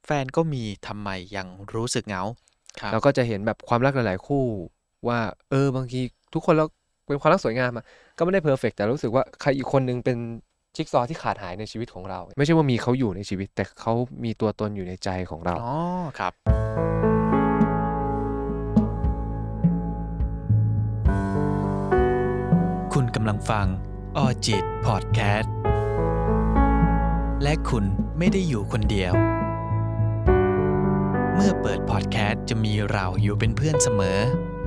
แฟนก็มีทำไมยังรู้สึกเหงาครับเราก็จะเห็นแบบความรักหลายๆคู่ว่าบางทีทุกคนเราเป็นความรักสวยงามก็ไม่ได้เพอร์เฟกต์แต่รู้สึกว่าใครอีกคนนึงเป็นจิ๊กซอว์ที่ขาดหายในชีวิตของเราไม่ใช่ว่ามีเขาอยู่ในชีวิตแต่เขามีตัวตนอยู่ในใจของเราอ๋อครับคุณกำลังฟังออจิตพอดแคสต์และคุณไม่ได้อยู่คนเดียวเมื่อเปิดพอดแคสต์จะมีเราอยู่เป็นเพื่อนเสมอ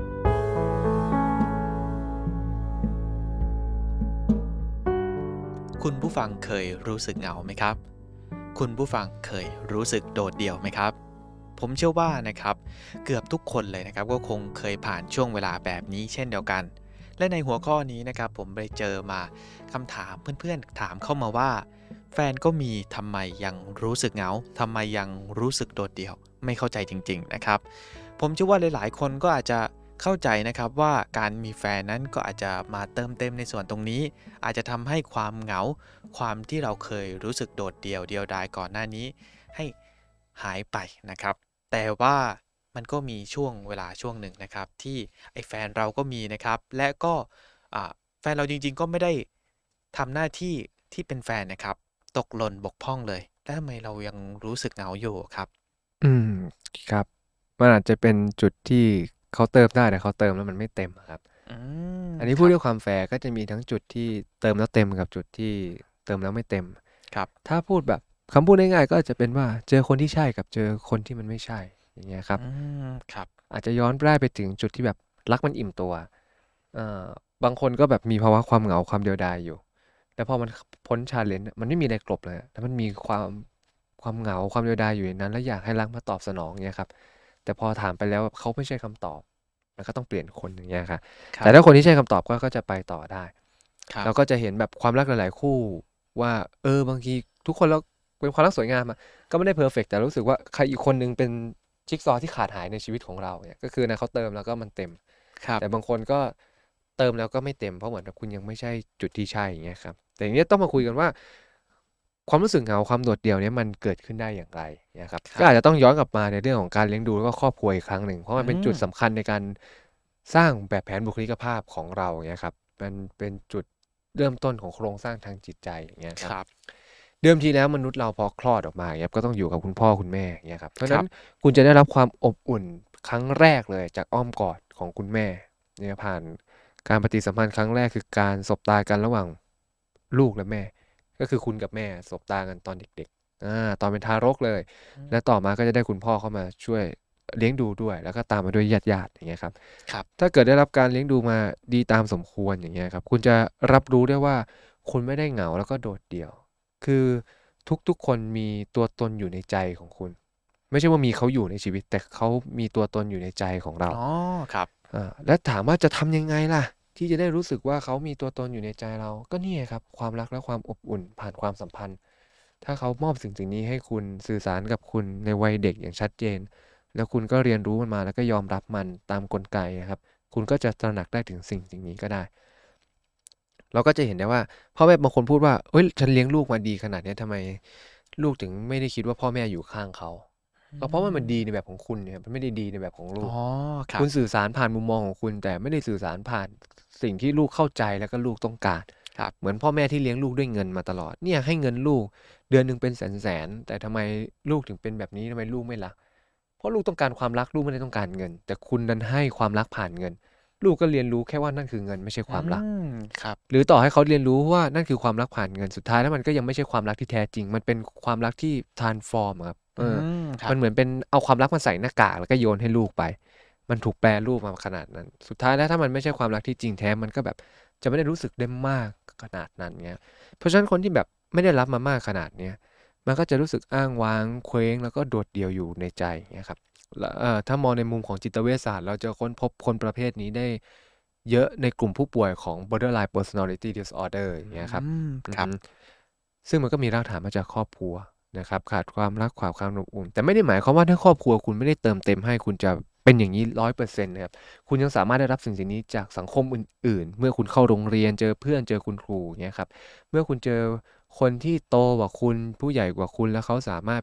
คุณผู้ฟังเคยรู้สึกเหงาไหมครับคุณผู้ฟังเคยรู้สึกโดดเดี่ยวไหมครับผมเชื่อว่านะครับเกือบทุกคนเลยนะครับก็คงเคยผ่านช่วงเวลาแบบนี้เช่นเดียวกันและในหัวข้อนี้นะครับผมไปเจอมาคำถามเพื่อนๆถามเข้ามาว่าแฟนก็มีทำไมยังรู้สึกเหงาทำไมยังรู้สึกโดดเดี่ยวไม่เข้าใจจริงๆนะครับผมเชื่อว่าหลายๆคนก็อาจจะเข้าใจนะครับว่าการมีแฟนนั้นก็อาจจะมาเติมเต็มในส่วนตรงนี้อาจจะทำให้ความเหงาความที่เราเคยรู้สึกโดดเดี่ยวเดียวดายก่อนหน้านี้ให้หายไปนะครับแต่ว่ามันก็มีช่วงเวลาช่วงหนึ่งนะครับที่ไอ้แฟนเราก็มีนะครับและก็แฟนเราจริงๆก็ไม่ได้ทำหน้าที่ที่เป็นแฟนนะครับตกหล่นบกพร่องเลยแล้วทำไมเรายังรู้สึกเหงาอยู่ครับอืมครับมันอาจจะเป็นจุดที่เขาเติมได้แต่เขาเติมแล้วมันไม่เต็มครับอืมอันนี้ครับพูดด้วยความแฟร์ก็จะมีทั้งจุดที่เติมแล้วเต็มกับจุดที่เติมแล้วไม่เต็มครับถ้าพูดแบบคำพูดง่ายๆก็อาจจะเป็นว่าเจอคนที่ใช่กับเจอคนที่มันไม่ใช่อย่างเงี้ยครับอืมครับอาจจะย้อนได้ไปถึงจุดที่แบบรักมันอิ่มตัวเอ่อบางคนก็แบบมีภาวะความเหงาความเดียวดายอยู่แต่พอมันพ้น challenge มันไม่มีอะไรกลบเลยแล้วมันมีความเหงาความเดียวดายอยู่ในนั้นแล้วอยากให้รักมาตอบสนองเงี้ยครับแต่พอถามไปแล้วเขาไม่ใช่คำตอบมันก็ต้องเปลี่ยนคนอย่างเงี้ยครับแต่ถ้าคนที่ใช่คำตอบก็จะไปต่อได้เราก็จะเห็นแบบความรักหลายๆคู่ว่าบางทีทุกคนเราเป็นความรักสวยงามก็ไม่ได้เพอร์เฟกต์แต่รู้สึกว่าใครอีกคนนึงเป็นจิ๊กซอว์ที่ขาดหายในชีวิตของเราเนี่ยก็คือนะเขาเติมแล้วก็มันเต็มครับแต่บางคนก็เติมแล้วก็ไม่เต็มเพราะเหมือนกับคุณยังไม่ใช่จุดที่ใช่อย่างเงี้ยครับแต่อย่างนี้ต้องมาคุยกันว่าความรู้สึกเหงาความโดดเดี่ยวเนี่ยมันเกิดขึ้นได้อย่างไรนะครับก็อาจจะต้องย้อนกลับมาในเรื่องของการเลี้ยงดูแล้วก็ครอบครัวอีกครั้งหนึ่งเพราะมันเป็นจุดสำคัญในการสร้างแบบแผนบุคลิกภาพของเราอย่างเงี้ยครับมันเป็นจุดเริ่มต้นของโครงสร้างทางจิตใจอย่างเงี้ยครับครับเดิมทีแล้วมนุษย์เราพอคลอดออกมาก็ต้องอยู่กับคุณพ่อคุณแม่อย่างเงี้ยครับเพราะฉะนั้นครับคุณจะได้รับความอบอุ่นครั้งแรกเลยจากอ้อมกอดของคุณแม่เนี่ยผ่านการปฏิสัมพันธ์ครั้งแรกคือการสบตากันระหว่างลูกและแม่ก็คือคุณกับแม่สบตากันตอนเด็กๆตอนเป็นทารกเลยอืมและต่อมาก็จะได้คุณพ่อเข้ามาช่วยเลี้ยงดูด้วยแล้วก็ตามมาด้วยญาติๆอย่างเงี้ยครับครับถ้าเกิดได้รับการเลี้ยงดูมาดีตามสมควรอย่างเงี้ยครับคุณจะรับรู้ได้ว่าคุณไม่ได้เหงาแล้วก็โดดเดี่ยวคือ ทุกๆคนมีตัวตนอยู่ในใจของคุณไม่ใช่ว่ามีเขาอยู่ในชีวิตแต่เขามีตัวตนอยู่ในใจของเราอ๋อครับและถามว่าจะทำยังไงล่ะที่จะได้รู้สึกว่าเขามีตัวตนอยู่ในใจเราก็นี่ไงครับความรักและความอบอุ่นผ่านความสัมพันธ์ถ้าเขามอบสิ่งนี้ให้คุณสื่อสารกับคุณในวัยเด็กอย่างชัดเจนแล้วคุณก็เรียนรู้มันมาแล้วก็ยอมรับมันตามกลไกนะครับคุณก็จะตระหนักได้ถึงสิ่งนี้ก็ได้เราก็จะเห็นได้ว่าพ่อแม่บางคนพูดว่าเฮ้ยฉันเลี้ยงลูกมาดีขนาดนี้ทำไมลูกถึงไม่ได้คิดว่าพ่อแม่อยู่ข้างเขาอืก็เพราะว่ามันดีมในแบบของคุณเนี่ยมันไม่ได้ดีในแบบของลูอ๋อกครับคุณสื่อสารผ่านมุมมองของคุณแต่ไม่ได้สื่อสารผ่านสิ่งที่ลูกเข้าใจแล้วก็ลูกต้องการครับเหมือนพ่อแม่ที่เลี้ยงลูกด้วยเงินมาตลอดเนี่ยให้เงินลูกเดือนหนึ่งเป็นแสนแต่ทำไมลูกถึงเป็นแบบนี้ทำไมลูกไม่รักเพราะลูกต้องการความรักลูกไม่ได้ต้องการเงินแต่คุณดันให้ความรักผ่านเงินลูกก็เรียนรู้แค่ว่านั่นคือเงินไม่ใช่อืความรักมครับหรือต่อให้เขาเรียนรู้ว่านั่นคือความรักผ่านเงินสุดท้ายแล้วมันก็ยังไม่ใช่ความรักที่แท้จริงมันเป็นความรักที่ transform อะครับอืมครับมันเหมือนเป็นเอาความรักมาใส่หน้ากากแล้วก็โยนให้ลูกไปมันถูกแปรรูปมาขนาดนั้นสุดท้ายแล้วถ้ามันไม่ใช่ความรักที่จริงแท้มันก็แบบจะไม่ได้รู้สึกได้มากขนาดนั้นเงี้ยเพราะฉะนั้นคนที่แบบไม่ได้รับมามากขนาดเนี้ยมันก็จะรู้สึกอ้างว้างเคว้งแล้วก็โดดเดี่ยวอยู่ในใจเงี้ยครับแล้วถ้ามองในมุมของจิตเวชศาสตร์เราจะค้นพบคนประเภทนี้ได้เยอะในกลุ่มผู้ป่วยของ borderline personality disorder อย่างเงี้ยครับอืมอืครับอฮึซึ่งมันก็มีรากฐานมาจากครอบครัวนะครับขาดความรักขาดความอบอุ่นแต่ไม่ได้หมายความว่าถ้าครอบครัวคุณไม่ได้เติมเต็มให้คุณจะเป็นอย่างนี้100%นะครับคุณยังสามารถได้รับสิ่งนี้จากสังคมอื่นๆเมื่อคุณเข้าโรงเรียนเจอเพื่อนเจอคุณครูอย่างเงี้ยครับเมื่อคุณเจอคนที่โตกว่าคุณผู้ใหญ่กว่าคุณแล้วเขาสามารถเป็น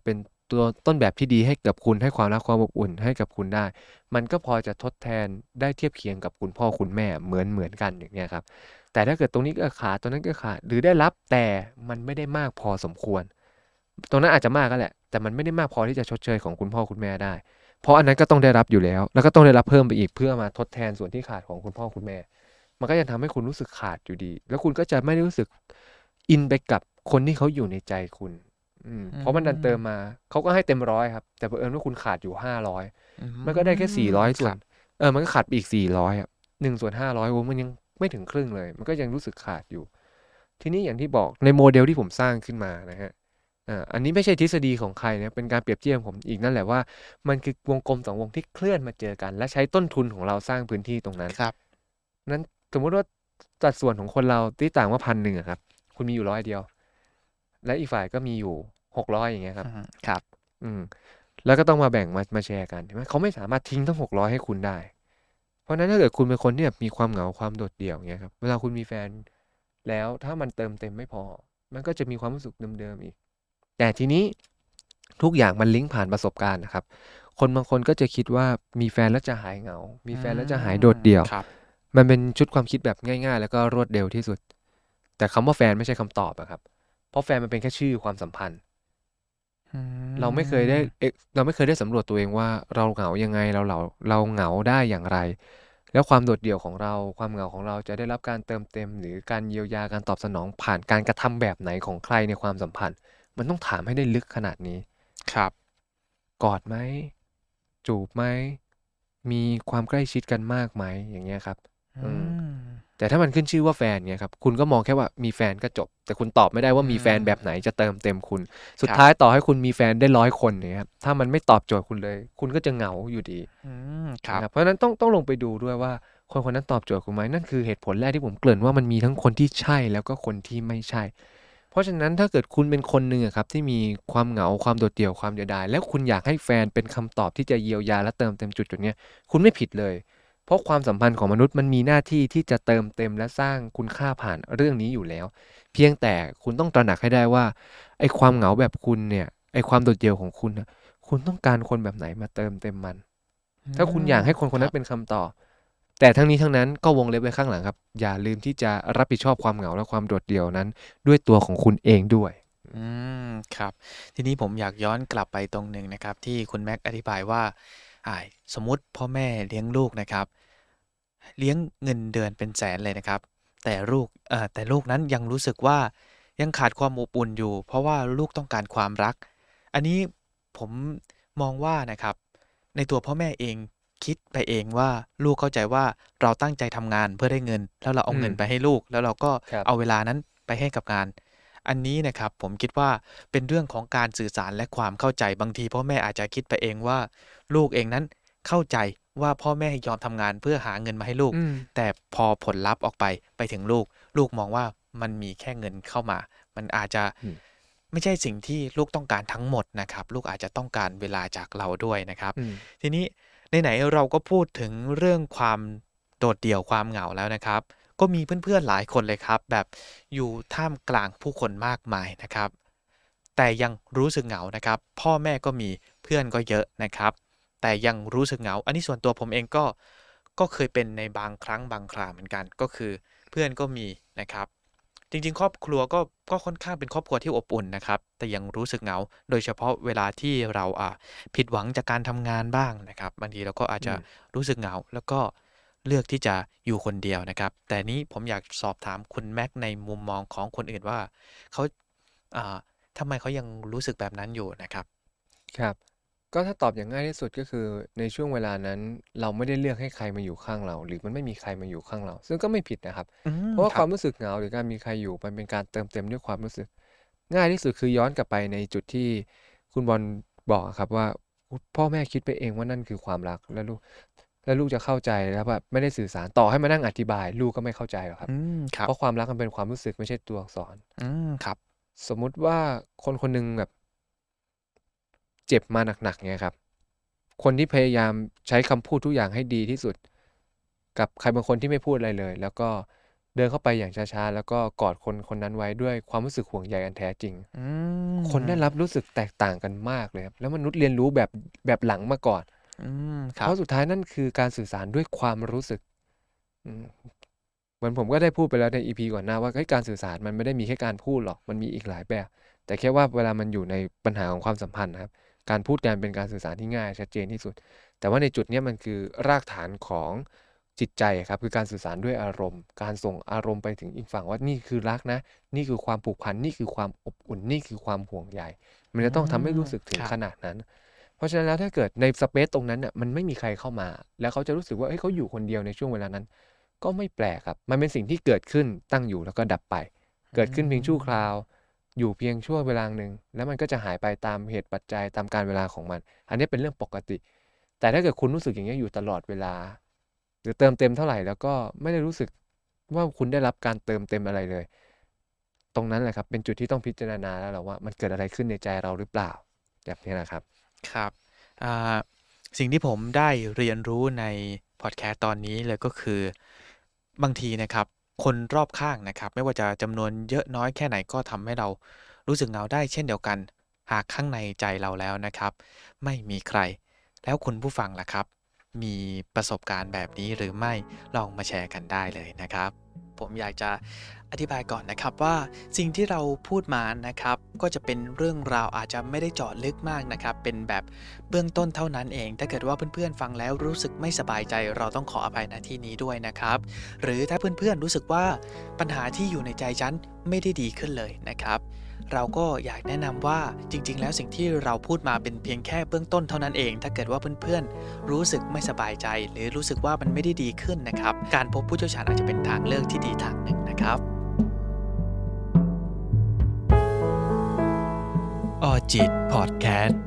ตัวต้นแบบที่ดีให้กับคุณให้ความรักความอบอุ่นให้กับคุณได้มันก็พอจะทดแทนได้เทียบเคียงกับคุณพ่อคุณแม่เหมือนกันอย่างเงี้ยครับแต่ถ้าเกิดตรงนี้ก็ขาดตรงนั้นก็ขาดหรือได้รับแต่มันไม่ได้มากพอสมควรตรงนั้นอาจจะมากก็แหละแต่มันไม่ได้มากพอที่จะชดเชยของคุณพ่อคุณแม่ได้เพราะอันนั้นก็ต้องได้รับอยู่แล้วแล้วก็ต้องได้รับเพิ่มไปอีกเพื่อมาทดแทนส่วนที่ขาดของคุณพ่อคุณแม่มันก็จะทำให้คุณรู้สึกขาดอยู่ดีแล้วคุณก็จะไม่ได้รู้สึกอินไปกับคนที่เขาอยู่ในใจคุณเพราะมันดันเติมมาเขาก็ให้เต็ม100ครับแต่เผอิญว่าคุณขาดอยู่500มันก็ได้แค่400ส่วนมันก็ขาดไปอีก400อ่ะ1/500มันยังไม่ถึงครึ่งเลยมันก็ยังรู้สึกขาดอยู่ทีนี้อย่างที่บอกในโมเดลที่ผมสร้างขึ้นมานะฮะอันนี้ไม่ใช่ทฤษฎีของใครนะเป็นการเปรียบเทียบผมอีกนั่นแหละว่ามันคือวงกลม2วงที่เคลื่อนมาเจอกันและใช้ต้นทุนของเราสร้างพื้นที่ตรงนั้นครับนั้นสมมุติว่าสัดส่วนของคนเราที่ต่างว่า1,000ครับคุณมีอยู่100เดียวและอีกฝ่ายก็มีอยู่600อย่างเงี้ยครับครับแล้วก็ต้องมาแบ่งมาแชร์กันใช่ไหมเขาไม่สามารถทิ้งทั้ง600ให้คุณได้เพราะนั้นถ้าเกิดคุณเป็นคนที่แบบมีความเหงาความโดดเดี่ยวเงี้ยครับเวลาคุณมีแฟนแล้วถ้ามันเติมเต็มไม่พอมันก็จะมีความรู้สึกเดิมๆอีกแต่ทีนี้ทุกอย่างมันลิงก์ผ่านประสบการณ์นะครับคนบางคนก็จะคิดว่ามีแฟนแล้วจะหายเหงามีแฟนแล้วจะหายโดดเดี่ยวมันเป็นชุดความคิดแบบง่ายๆแล้วก็รวดเร็วที่สุดแต่คำว่าแฟนไม่ใช่คำตอบอะครับเพราะแฟนมันเป็นแค่ชื่อความสัมพันธ์เราไม่เคยได้สำรวจตัวเองว่าเราเหงายังไงเราเหงาได้อย่างไรแล้วความโดดเดี่ยวของเราความเหงาของเราจะได้รับการเติมเต็มหรือการเยียวยาการตอบสนองผ่านการกระทำแบบไหนของใครในความสัมพันธ์มันต้องถามให้ได้ลึกขนาดนี้ครับกอดไหมจูบไหมมีความใกล้ชิดกันมากไหมอย่างเงี้ยครับแต่ถ้ามันขึ้นชื่อว่าแฟนเนี่ยครับคุณก็มองแค่ว่ามีแฟนก็จบแต่คุณตอบไม่ได้ว่ามีแฟนแบบไหนจะเติมเต็มคุณสุดท้ายต่อให้คุณมีแฟนได้100 คนเนี่ยครับถ้ามันไม่ตอบโจทย์คุณเลยคุณก็จะเหงาอยู่ดีครับเพราะฉะนั้นต้องลงไปดูด้วยว่าคนนั้นตอบโจทย์คุณไหมนั่นคือเหตุผลแรกที่ผมเกริ่นว่ามันมีทั้งคนที่ใช่แล้วก็คนที่ไม่ใช่เพราะฉะนั้นถ้าเกิดคุณเป็นคนหนึ่งครับที่มีความเหงาความโดดเดี่ยวความเดียวดายแล้วคุณอยากให้แฟนเป็นคำตอบที่จะเยียวยาและเติมเต็มจุดนี้คุณไม่ผิดเลยเพราะความสัมพันธ์ของมนุษย์มันมีหน้าที่ที่จะเติมเต็มและสร้างคุณค่าผ่านเรื่องนี้อยู่แล้วเพียงแต่คุณต้องตระหนักให้ได้ว่าไอ้ความเหงาแบบคุณเนี่ยไอ้ความโดดเดี่ยวของคุณนะคุณต้องการคนแบบไหนมาเติมเต็มมันถ้าคุณอยากให้คนนั้นเป็นคำตอบแต่ทั้งนี้ทั้งนั้นก็วงเล็บไว้ข้างหลังครับอย่าลืมที่จะรับผิดชอบความเหงาและความโดดเดี่ยวนั้นด้วยตัวของคุณเองด้วยครับทีนี้ผมอยากย้อนกลับไปตรงหนึ่งนะครับที่คุณแม็กอธิบายว่าสมมุติพ่อแม่เลี้ยงลูกนะครับเลี้ยงเงินเดือนเป็นแสนเลยนะครับแต่ลูกนั้นยังรู้สึกว่ายังขาดความอบอุ่นอยู่เพราะว่าลูกต้องการความรักอันนี้ผมมองว่านะครับในตัวพ่อแม่เองคิดไปเองว่าลูกเข้าใจว่าเราตั้งใจทำงานเพื่อได้เงินแล้วเราเอาเงินไปให้ลูกแล้วเราก็เอาเวลานั้นไปให้กับงานอันนี้นะครับผมคิดว่าเป็นเรื่องของการสื่อสารและความเข้าใจบางทีพ่อแม่อาจจะคิดไปเองว่าลูกเองนั้นเข้าใจว่าพ่อแม่ยอมทำงานเพื่อหาเงินมาให้ลูกแต่พอผลลัพธ์ออกไปถึงลูกมองว่ามันมีแค่เงินเข้ามามันอาจจะไม่ใช่สิ่งที่ลูกต้องการทั้งหมดนะครับลูกอาจจะต้องการเวลาจากเราด้วยนะครับทีนี้ไหนๆเราก็พูดถึงเรื่องความโดดเดี่ยวความเหงาแล้วนะครับก็มีเพื่อนๆหลายคนเลยครับแบบอยู่ท่ามกลางผู้คนมากมายนะครับแต่ยังรู้สึกเหงานะครับพ่อแม่ก็มีเพื่อนก็เยอะนะครับแต่ยังรู้สึกเหงาอันนี้ส่วนตัวผมเองก็เคยเป็นในบางครั้งบางคราเหมือนกันก็คือเพื่อนก็มีนะครับจริงๆครอบครัวก็ค่อนข้างเป็นครอบครัวที่อบอุ่นนะครับแต่ยังรู้สึกเหงาโดยเฉพาะเวลาที่เราผิดหวังจากการทำงานบ้างนะครับบางทีเราก็อาจจะรู้สึกเหงาแล้วก็เลือกที่จะอยู่คนเดียวนะครับแต่นี้ผมอยากสอบถามคุณแม็กในมุมมองของคนอื่นว่าเขาทำไมเขายังรู้สึกแบบนั้นอยู่นะครับครับก็ถ้าตอบอย่างง่ายที่สุดก็คือในช่วงเวลานั้นเราไม่ได้เลือกให้ใครมาอยู่ข้างเราหรือมันไม่มีใครมาอยู่ข้างเราซึ่งก็ไม่ผิดนะครับเพราะว่าความรู้สึกเหงาหรือการมีใครอยู่มันเป็นการเติมเต็มด้วยความรู้สึกง่ายที่สุดคือย้อนกลับไปในจุดที่คุณบอลบอกครับว่าพ่อแม่คิดไปเองว่านั่นคือความรักแล้วลูกจะเข้าใจแล้วแบบไม่ได้สื่อสารต่อให้มานั่งอธิบายลูกก็ไม่เข้าใจหรอกครับเพราะความรักมันเป็นความรู้สึกไม่ใช่ตัวอักษรครับสมมุติว่าคนหนึ่งแบบเจ็บมาหนักๆเนี่ยครับคนที่พยายามใช้คำพูดทุกอย่างให้ดีที่สุดกับใครบางคนที่ไม่พูดอะไรเลยแล้วก็เดินเข้าไปอย่างช้าๆแล้วก็กอดคนคนนั้นไว้ด้วยความรู้สึกห่วงใยอันแท้จริงอืคนได้รับมรู้สึกแตกต่างกันมากเลยครับแล้วมนุษย์เรียนรู้แบบหลังมาก่อนอืมครับเพราะสุดท้ายนั่นคือการสื่อสารด้วยความรู้สึกอืมเหมือนผมก็ได้พูดไปแล้วใน EP ก่อนหน้าว่าเฮ้ยการสื่อสารมันไม่ได้มีแค่การพูดหรอกมันมีอีกหลายแบบแต่แค่ว่าเวลามันอยู่ในปัญหาของความสัมพันธ์นะครับการพูดกันเป็นการสื่อสารที่ง่ายชัดเจนที่สุด แต่ว่าในจุดเนี้ยมันคือรากฐานของจิตใจครับคือการสื่อสารด้วยอารมณ์การส่งอารมณ์ไปถึงอีกฝั่งว่านี่คือรักนะนี่คือความผูกพันนี่คือความอบอุ่นนี่คือความห่วงใยมันอืจะต้องทำให้มรู้สึกถึครับงขนาดนั้นเพราะฉะนั้นแล้วถ้าเกิดในสเปซตรงนั้นน่ะมันไม่มีใครเข้ามาแล้วเขาจะรู้สึกว่าเฮ้ยเขาอยู่คนเดียวในช่วงเวลานั้นก็ไม่แปลกครับมันเป็นสิ่งที่เกิดขึ้นตั้งอยู่แล้วก็ดับไปอืเกิดขึ้นเพียงชั่วคมราวอยู่เพียงชั่วเวลาหนึ่งแล้วมันก็จะหายไปตามเหตุปัจจัยตามกาลเวลาของมันอันนี้เป็นเรื่องปกติ แต่ถ้าเกิดคุณรู้สึกอย่างเงี้ยอยู่ตลอดเวลาหรือเติมเต็มเท่าไหร่แล้วก็ไม่ได้รู้สึกว่าคุณได้รับการเติมเต็มอะไรเลยตรงนั้นแหละครับเป็นจุดที่ต้องพิจารณาแล้วแหละว่ามันเกิดอะไรขึ้นในใจเราหรือเปล่าแบบนี้นะครับครับอ่าสิ่งที่ผมได้เรียนรู้ในพอดแคสต์ตอนนี้เลยก็คือบางทีนะครับคนรอบข้างนะครับไม่ว่าจะจำนวนเยอะน้อยแค่ไหนก็ทำให้เรารู้สึกเหงาได้เช่นเดียวกันหากข้างในใจเราแล้วนะครับไม่มีใครแล้วคุณผู้ฟังล่ะครับมีประสบการณ์แบบนี้หรือไม่ลองมาแชร์กันได้เลยนะครับผมอยากจะอธิบายก่อนนะครับว่าสิ่งที่เราพูดมานะครับก็จะเป็นเรื่องราวอาจจะไม่ได้เจาะลึกมากนะครับเป็นแบบเบื้องต้นเท่านั้นเองถ้าเกิดว่าเพื่อนๆฟังแล้วรู้สึกไม่สบายใจเราต้องขออภัยณที่นี้ด้วยนะครับหรือถ้าเพื่อนๆรู้สึกว่าปัญหาที่อยู่ในใจฉันไม่ได้ดีขึ้นเลยนะครับเราก็อยากแนะนำว่าจริงๆแล้วสิ่งที่เราพูดมาเป็นเพียงแค่เบื้องต้นเท่านั้นเองถ้าเกิดว่าเพื่อนๆรู้สึกไม่สบายใจหรือรู้สึกว่ามันไม่ได้ดีขึ้นนะครับการพบผู้เชี่ยวชาญอาจจะเป็นทางเลือกที่ดีทางหนึ่งนะครับออจิตพอดแคสต์